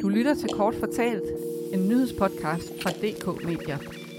Du lytter til Kort Fortalt, en nyhedspodcast fra DK Media.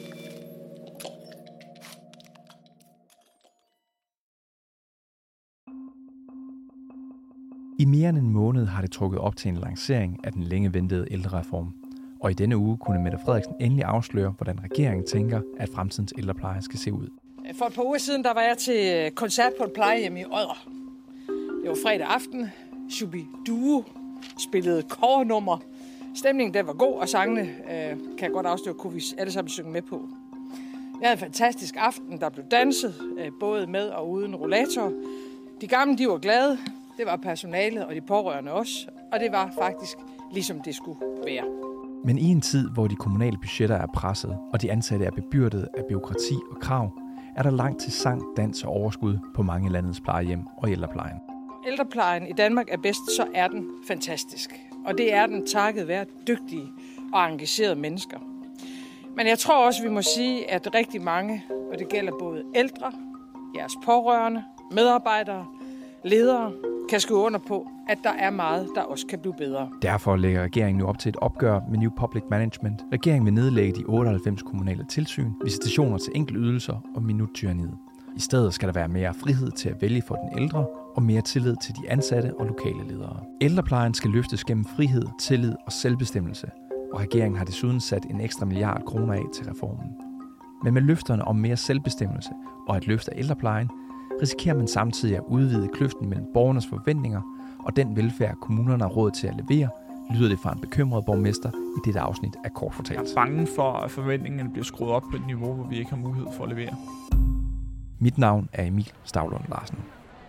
I mere end en måned har det trukket op til en lancering af den længe ventede ældrereform. Og i denne uge kunne Mette Frederiksen endelig afsløre, hvordan regeringen tænker, at fremtidens ældrepleje skal se ud. For et par uger siden, der var jeg til koncert på et plejehjem i Odder. Det var fredag aften. Shubiduo spillede kårnummer. Stemningen den var god, og sangene, kan jeg godt afsløre, kunne vi alle sammen synge med på. Jeg havde en fantastisk aften, der blev danset, både med og uden rollator. De gamle, de var glade. Det var personalet og de pårørende også. Og det var faktisk ligesom det skulle være. Men i en tid, hvor de kommunale budgetter er presset, og de ansatte er bebyrdet af bureaukrati og krav, er der langt til sang, dans og overskud på mange af landets plejehjem og ældreplejen. Ældreplejen i Danmark er bedst, så er den fantastisk. Og det er den takket være dygtige og engagerede mennesker. Men jeg tror også, vi må sige, at rigtig mange, og det gælder både ældre, jeres pårørende, medarbejdere, ledere, kan skrive under på, at der er meget, der også kan blive bedre. Derfor lægger regeringen nu op til et opgør med New Public Management. Regeringen vil nedlægge de 98 kommunale tilsyn, visitationer til enkelte ydelser og minuttyranniet. I stedet skal der være mere frihed til at vælge for den ældre og mere tillid til de ansatte og lokale ledere. Ældreplejen skal løftes gennem frihed, tillid og selvbestemmelse, og regeringen har desuden sat en ekstra milliard kroner af til reformen. Men med løfterne om mere selvbestemmelse og et løft af ældreplejen, risikerer man samtidig at udvide kløften mellem borgernes forventninger og den velfærd, kommunerne har råd til at levere, lyder det fra en bekymret borgmester i dette afsnit af Kort Fortalt. Jeg er bange for, at forventningerne bliver skruet op på et niveau, hvor vi ikke har mulighed for at levere. Mit navn er Emil Stavlund Larsen.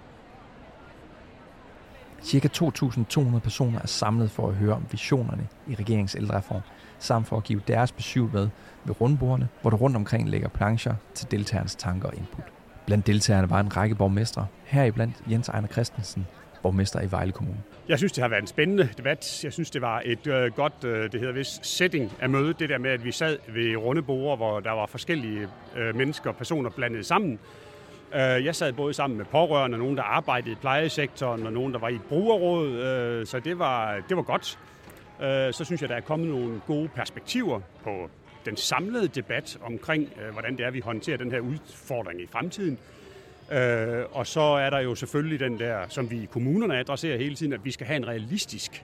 Cirka 2.200 personer er samlet for at høre om visionerne i regeringens ældrereform, samt for at give deres besøg med ved rundbordene, hvor der rundt omkring ligger plancher til deltagernes tanker og input. Blandt deltagerne var en række borgmestre, heriblandt Jens Ejner Christensen, borgmester i Vejle Kommune. Jeg synes, det har været en spændende debat. Jeg synes, det var et godt setting af mødet. Det der med, at vi sad ved runde borde, hvor der var forskellige mennesker og personer blandet sammen. Jeg sad både sammen med pårørende, nogen, der arbejdede i plejesektoren, og nogen, der var i et brugerråd. Så det var godt. Så synes jeg, der er kommet nogle gode perspektiver på den samlede debat omkring, hvordan det er, vi håndterer den her udfordring i fremtiden. Og så er der jo selvfølgelig den der, som vi i kommunerne adresserer hele tiden, at vi skal have en realistisk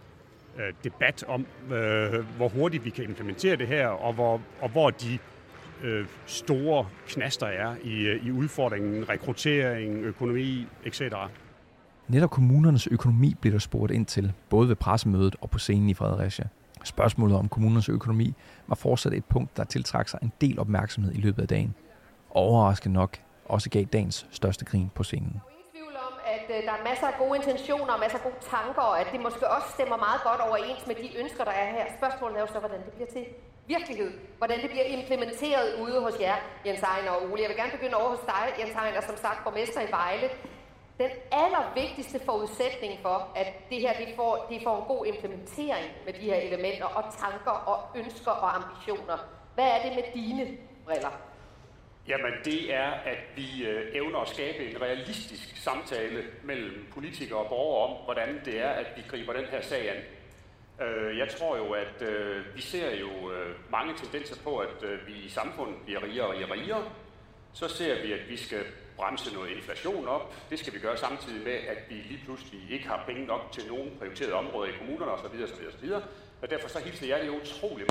debat om, hvor hurtigt vi kan implementere det her, og hvor de store knaster er i udfordringen, rekruttering, økonomi, etc. Netop kommunernes økonomi blev der spurgt ind til, både ved pressemødet og på scenen i Fredericia. Spørgsmålet om kommunernes økonomi var fortsat et punkt, der tiltrak sig en del opmærksomhed i løbet af dagen. Overraskende nok også gav dagens største grin på scenen. At der er masser af gode intentioner og masser af gode tanker, og at det måske også stemmer meget godt overens med de ønsker, der er her. Spørgsmålet er jo så, hvordan det bliver til virkelighed. Hvordan det bliver implementeret ude hos jer, Jens Ejner og Ole. Jeg vil gerne begynde over hos dig, Jens Ejner, som sagt borgmester i Vejle. Den allervigtigste forudsætning for, at det her det får en god implementering med de her elementer og tanker og ønsker og ambitioner. Hvad er det med dine briller? Jamen det er, at vi evner at skabe en realistisk samtale mellem politikere og borgere om, hvordan det er, at vi griber den her sag an. Jeg tror jo, at vi ser jo mange tendenser på, at vi i samfundet bliver rigere og rigere. Så ser vi, at vi skal bremse noget inflation op. Det skal vi gøre samtidig med, at vi lige pludselig ikke har penge nok til nogle prioriterede områder i kommunerne osv. osv. Og derfor så hilser jeg det utroligt.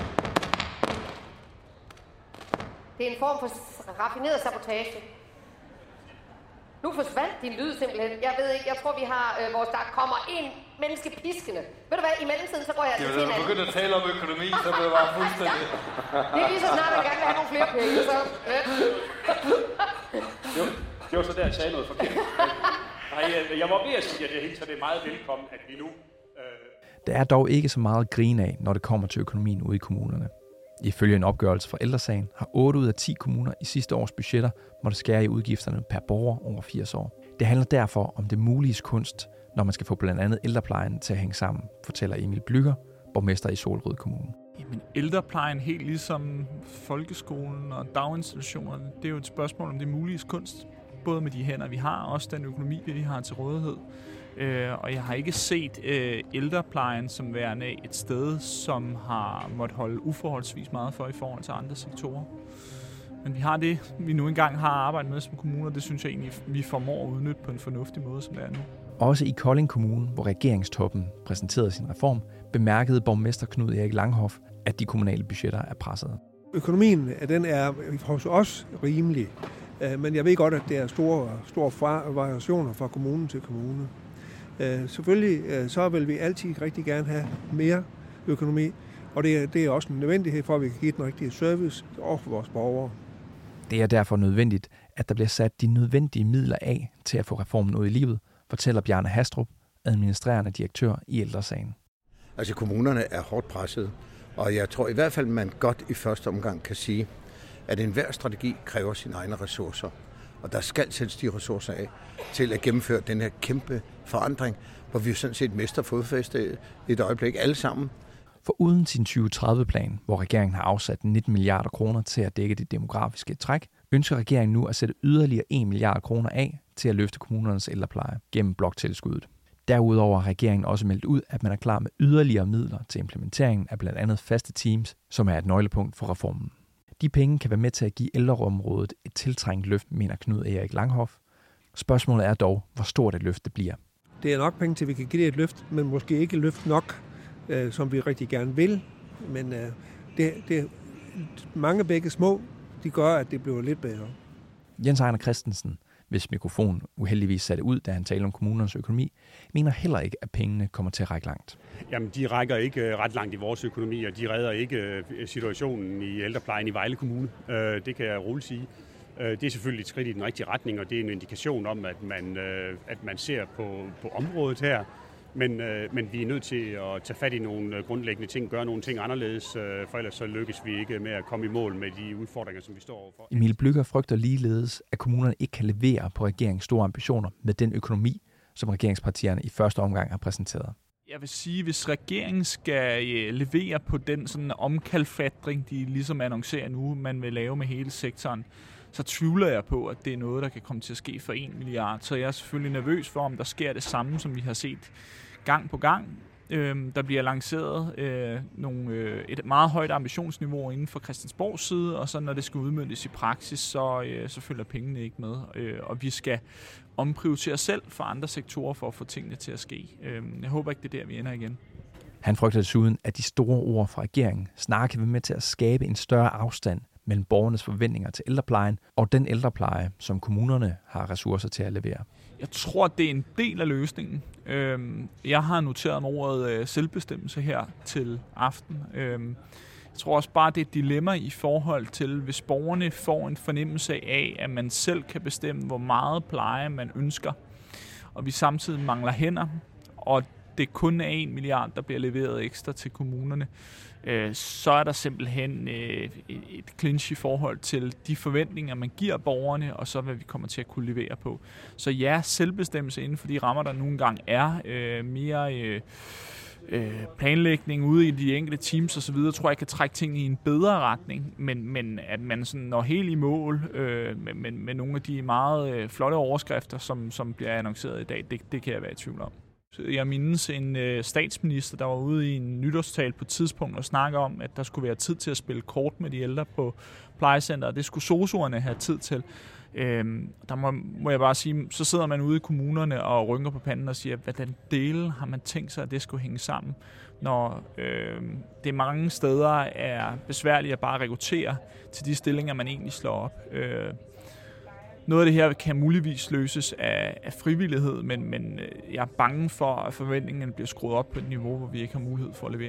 Det er en form for raffineret sabotage. Nu forsvandt din lyd simpelthen. Jeg ved ikke, jeg tror vi har der kommer en menneske piskende. Ved du hvad, i mellemtiden så går jeg til hinanden. Når du begynder at tale om økonomi, så bliver det bare fuldstændig. Det er lige så snart, at jeg gerne vil have nogle flere penge, så. Det var så der, jeg sagde noget forkert. Nej, jeg var ved at sige, at det hele så det er meget velkommen, at vi nu... Der er dog ikke så meget at grine af, når det kommer til økonomien ude i kommunerne. Ifølge en opgørelse fra Ældresagen har 8 ud af 10 kommuner i sidste års budgetter måtte skære i udgifterne per borger over 80 år. Det handler derfor om det muliges kunst, når man skal få blandt andet ældreplejen til at hænge sammen, fortæller Emil Blücher, borgmester i Solrød Kommune. Jamen, ældreplejen, helt ligesom folkeskolen og daginstitutionerne, det er jo et spørgsmål om det muliges kunst. Både med de hænder, vi har, og også den økonomi, vi har til rådighed. Og jeg har ikke set ældreplejen som værende et sted, som har måttet holde uforholdsvis meget for i forhold til andre sektorer. Men vi har det, vi nu engang har arbejdet med som kommuner, det synes jeg egentlig, vi formår at udnytte på en fornuftig måde, som det er nu. Også i Kolding Kommune, hvor regeringstoppen præsenterede sin reform, bemærkede borgmester Knud Erik Langhoff, at de kommunale budgetter er pressede. Økonomien, den er hos os rimelig, men jeg ved godt, at der er store variationer fra kommune til kommune. Selvfølgelig så vil vi altid rigtig gerne have mere økonomi, og det er også en nødvendighed for, at vi kan give den rigtige service over for vores borgere. Det er derfor nødvendigt, at der bliver sat de nødvendige midler af til at få reformen ud i livet, fortæller Bjarne Hastrup, administrerende direktør i Ældresagen. Altså kommunerne er hårdt presset, og jeg tror i hvert fald, man godt i første omgang kan sige, at enhver strategi kræver sine egne ressourcer. Og der skal sættes de ressourcer af til at gennemføre den her kæmpe forandring, hvor vi jo sådan set mister fodfæste et øjeblik alle sammen. For uden sin 2030-plan, hvor regeringen har afsat 19 milliarder kroner til at dække det demografiske træk, ønsker regeringen nu at sætte yderligere 1 milliard kroner af til at løfte kommunernes ældrepleje gennem bloktilskuddet. Derudover har regeringen også meldt ud, at man er klar med yderligere midler til implementeringen af blandt andet faste teams, som er et nøglepunkt for reformen. De penge kan være med til at give ældreområdet et tiltrængt løft, mener Knud Erik Langhoff. Spørgsmålet er dog, hvor stort et løft det bliver. Det er nok penge til, at vi kan give det et løft, men måske ikke et løft nok, som vi rigtig gerne vil. Men det mange begge små, de gør, at det bliver lidt bedre. Jens Ejner Christensen, hvis mikrofon uheldigvis satte ud, da han talte om kommunernes økonomi, mener heller ikke, at pengene kommer til at række langt. Jamen, de rækker ikke ret langt i vores økonomi, og de redder ikke situationen i ældreplejen i Vejle Kommune. Det kan jeg roligt sige. Det er selvfølgelig et skridt i den rigtige retning, og det er en indikation om, at man ser på området her. Men vi er nødt til at tage fat i nogle grundlæggende ting, gøre nogle ting anderledes, for ellers så lykkes vi ikke med at komme i mål med de udfordringer, som vi står overfor. Emil Blücher frygter ligeledes, at kommunerne ikke kan levere på regeringens store ambitioner med den økonomi, som regeringspartierne i første omgang har præsenteret. Jeg vil sige, hvis regeringen skal levere på den sådan omkalfatring, de ligesom annoncerer nu, man vil lave med hele sektoren, så tvivler jeg på, at det er noget, der kan komme til at ske for 1 milliard. Så jeg er selvfølgelig nervøs for, om der sker det samme, som vi har set gang på gang. Der bliver lanceret et meget højt ambitionsniveau inden for Christiansborgs side, og så når det skal udmøntes i praksis, så følger pengene ikke med. Og vi skal omprioritere selv for andre sektorer for at få tingene til at ske. Jeg håber ikke, det er der, vi ender igen. Han frygter desuden, at de store ord fra regeringen snarere kan være med til at skabe en større afstand mellem borgernes forventninger til ældreplejen og den ældrepleje, som kommunerne har ressourcer til at levere. Jeg tror, det er en del af løsningen. Jeg har noteret om ordet selvbestemmelse her til aften. Jeg tror også bare, det er et dilemma i forhold til, hvis borgerne får en fornemmelse af, at man selv kan bestemme, hvor meget pleje man ønsker, og vi samtidig mangler hænder, og det kun er 1 milliard, der bliver leveret ekstra til kommunerne, så er der simpelthen et clinch i forhold til de forventninger, man giver borgerne, og så hvad vi kommer til at kunne levere på. Så ja, selvbestemmelse inden for de rammer, der nogle gange er, mere planlægning ude i de enkelte teams osv., tror jeg kan trække tingene i en bedre retning, men at man sådan når helt i mål med nogle af de meget flotte overskrifter, som bliver annonceret i dag, det kan jeg være i tvivl om. Jeg mindes en statsminister, der var ude i en nytårstal på et tidspunkt og snakke om, at der skulle være tid til at spille kort med de ældre på plejecenteret. Det skulle sosuerne have tid til. Der må jeg bare sige, så sidder man ude i kommunerne og rynker på panden og siger, hvordan dele har man tænkt sig, at det skulle hænge sammen, når det mange steder er besværligt at bare rekruttere til de stillinger, man egentlig slår op. Noget af det her kan muligvis løses af frivillighed, men jeg er bange for, at forventningerne bliver skruet op på et niveau, hvor vi ikke har mulighed for at levere.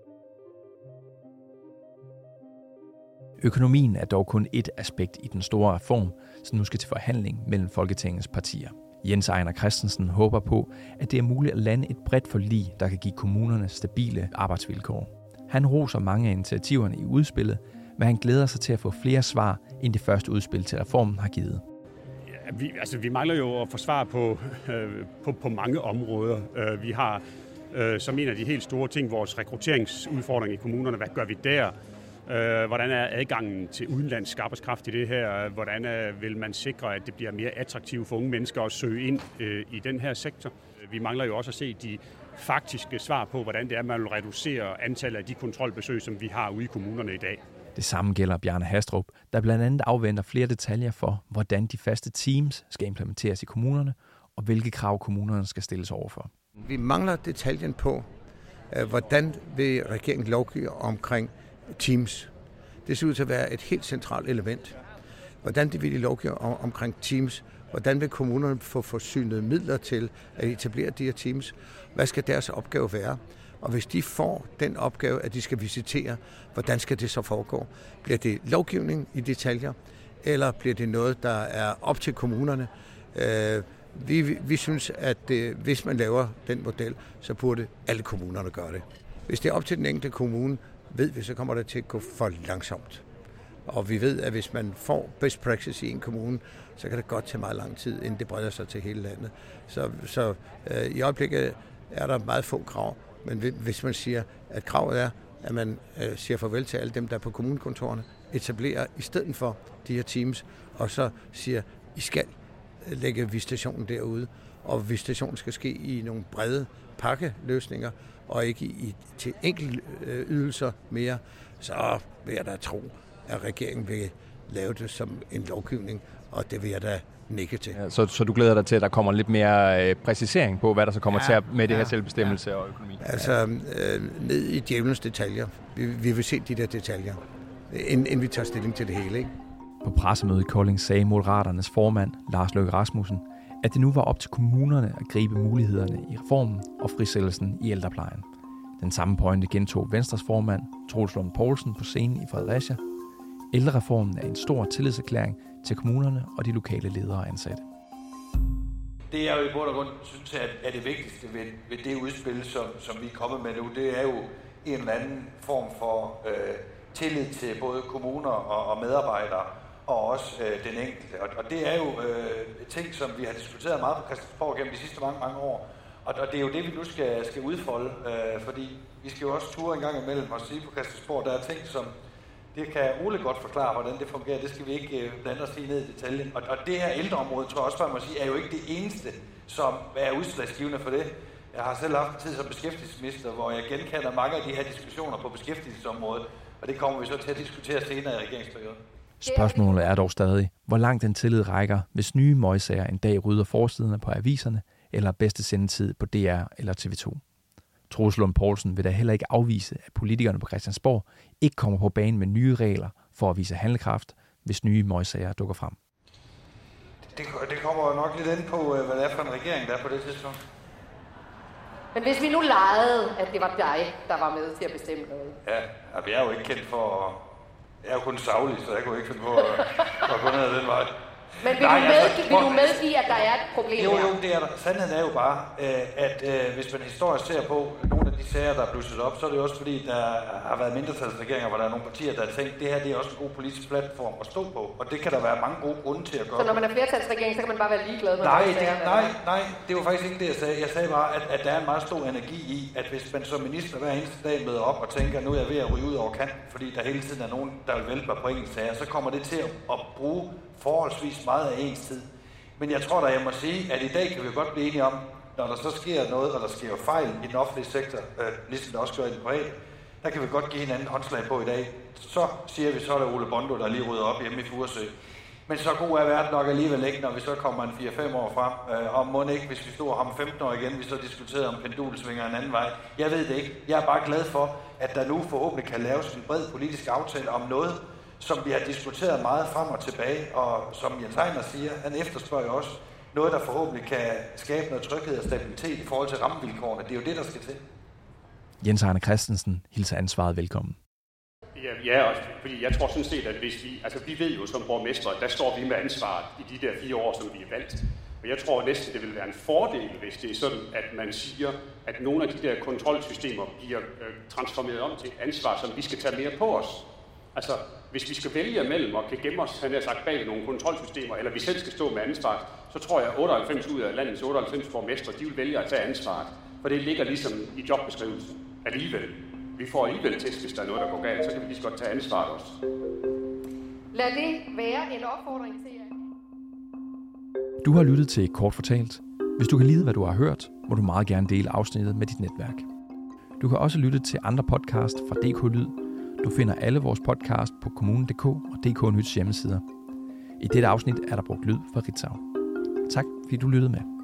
Økonomien er dog kun et aspekt i den store reform, som nu skal til forhandling mellem Folketingets partier. Jens Ejner Christensen håber på, at det er muligt at lande et bredt forlig, der kan give kommunerne stabile arbejdsvilkår. Han roser mange af initiativerne i udspillet, men han glæder sig til at få flere svar, end det første udspil til reformen har givet. Vi mangler jo at få svar på mange områder. Vi har som en af de helt store ting vores rekrutteringsudfordring i kommunerne. Hvad gør vi der? Hvordan er adgangen til udenlandsk arbejdskraft i det her? Hvordan vil man sikre, at det bliver mere attraktivt for unge mennesker at søge ind i den her sektor? Vi mangler jo også at se de faktiske svar på, hvordan det er, man vil reducere antallet af de kontrolbesøg, som vi har ude i kommunerne i dag. Det samme gælder Bjarne Hastrup, der blandt andet afventer flere detaljer for, hvordan de faste teams skal implementeres i kommunerne, og hvilke krav kommunerne skal stilles overfor. Vi mangler detaljen på, hvordan vil regeringen lovgive omkring teams. Det ser ud til at være et helt centralt element. Hvordan vil de lovgive omkring teams? Hvordan vil kommunerne få forsynet midler til at etablere de her teams? Hvad skal deres opgave være? Og hvis de får den opgave, at de skal visitere, hvordan skal det så foregå? Bliver det lovgivning i detaljer, eller bliver det noget, der er op til kommunerne? Vi synes, at hvis man laver den model, så burde alle kommunerne gøre det. Hvis det er op til den enkelte kommune, ved vi, så kommer det til at gå for langsomt. Og vi ved, at hvis man får best practice i en kommune, så kan det godt tage meget lang tid, inden det breder sig til hele landet. Så i øjeblikket er der meget få krav. Men hvis man siger, at kravet er, at man siger farvel til alle dem, der er på kommunekontorerne, etablerer i stedet for de her teams, og så siger, I skal lægge visitationen derude, og visitationen skal ske i nogle brede pakkeløsninger, og ikke til enkelte ydelser mere, så vil jeg da tro, at regeringen vil lave det som en lovgivning, og det vil jeg da nikke til. Ja, så du glæder dig til, at der kommer lidt mere præcisering på, hvad der så kommer til med det her selvbestemmelse og økonomi? Altså, ned i djævelens detaljer. Vi vil se de der detaljer, inden vi tager stilling til det hele, ikke? På pressemødet i Kolding sagde Moderaternes formand, Lars Løkke Rasmussen, at det nu var op til kommunerne at gribe mulighederne i reformen og frisættelsen i ældreplejen. Den samme pointe gentog Venstres formand, Troels Lund Poulsen, på scenen i Fredericia. Ældrereformen er en stor tillidserklæring til kommunerne og de lokale ledere og ansatte. Det jeg jo i bund og grund synes er det vigtigste ved det udspil, som vi er kommet med nu, det er jo en eller anden form for tillid til både kommuner og medarbejdere, og også den enkelte. Og det er jo ting, som vi har diskuteret meget på Christiansborg gennem de sidste mange år. Og det er jo det, vi nu skal udfolde, fordi vi skal jo også ture en gang imellem og sige på Christiansborg, der er ting, som det kan Ole godt forklare, hvordan det fungerer. Det skal vi ikke blande os i ned i detaljen. Og det her ældreområde, tror jeg også, man må sige, er jo ikke det eneste, som er udslagsgivende for det. Jeg har selv haft tid som beskæftigelsesminister, hvor jeg genkender mange af de her diskussioner på beskæftigelsesområdet, og det kommer vi så til at diskutere senere i regeringsperioden. Spørgsmålet er dog stadig, hvor langt den tillid rækker, hvis nye møgsager en dag rydder forsiderne på aviserne, eller bedste sendetid på DR eller TV2. Troels Lund Poulsen vil da heller ikke afvise, at politikerne på Christiansborg ikke kommer på banen med nye regler for at vise handlekraft, hvis nye møgsager dukker frem. Det kommer nok lidt ind på, hvad det er for en regering, der er på det tidspunkt. Men hvis vi nu legede, at det var dig, der var med til at bestemme noget. Ja, jeg er jo ikke kendt for... Jeg er jo kun saglig, så jeg kunne ikke finde på at gå ned ad den vej. Men vil du medgive, at der er et problem her? Jo, det er der. Sandheden er jo bare, at hvis man historisk ser på nogle af de sager, der er blusset op, så er det også fordi, der har været mindretalsregeringer, hvor der er nogle partier, der har tænkt, det her det er også en god politisk platform at stå på. Og det kan der være mange gode grunde til at gøre. Så når man er flertalsregering, så kan man bare være ligeglad med Nej, det var faktisk ikke det, jeg sagde. Jeg sagde bare, at der er en meget stor energi i, at hvis man som minister hver eneste dag møder op og tænker, nu er jeg ved at ryge ud over kanten, fordi der hele tiden er nogen, der vil vælte mig på enkelte sager, så kommer det til at bruge forholdsvis meget af ens tid. Men jeg tror da, jeg må sige, at i dag kan vi godt blive enige om, når der så sker noget, og der sker fejl i den offentlige sektor, ligesom der også gør i den private, der kan vi godt give hinanden håndslag på i dag. Så siger vi, så er der Ole Bondo, der lige rydder op hjemme i Furesø. Men så god er verden nok alligevel ikke, når vi så kommer en 4-5 år frem. Og må ikke, hvis vi stod ham 15 år igen, vi så diskuterede om pendulsvinger en anden vej. Jeg ved det ikke. Jeg er bare glad for, at der nu forhåbentlig kan laves en bred politisk aftale om noget, som vi har diskuteret meget frem og tilbage, og som Jens Heiner siger, han efterspørger jo også noget, der forhåbentlig kan skabe noget tryghed og stabilitet i forhold til rammevilkårene. Det er jo det, der skal til. Jens Arne Christensen hilser ansvaret velkommen. Ja, fordi jeg tror sådan set, at hvis vi ved jo som borgmestre, der står vi med ansvaret i de der 4 år, som vi er valgt. Og jeg tror næsten, det vil være en fordel, hvis det er sådan, at man siger, at nogle af de der kontrolsystemer bliver transformeret om til ansvar, som vi skal tage mere på os. Altså, hvis vi skal vælge mellem og kan gemme os, han har sagt, bag nogle kontrolsystemer, eller vi selv skal stå med ansvaret, så tror jeg, at 98 ud af landets 98 borgmestre, de vil vælge at tage ansvaret. For det ligger ligesom i jobbeskrivelsen alligevel. Vi får alligevel test, hvis der er noget, der går galt, så kan vi lige så godt tage ansvaret også. Lad det være en opfordring til jer. Du har lyttet til Kort Fortalt. Hvis du kan lide, hvad du har hørt, må du meget gerne dele afsnittet med dit netværk. Du kan også lytte til andre podcast fra DK Lyd. Du finder alle vores podcast på kommunen.dk og DK Nyts hjemmesider. I dette afsnit er der brugt lyd fra Ritzau. Tak fordi du lyttede med.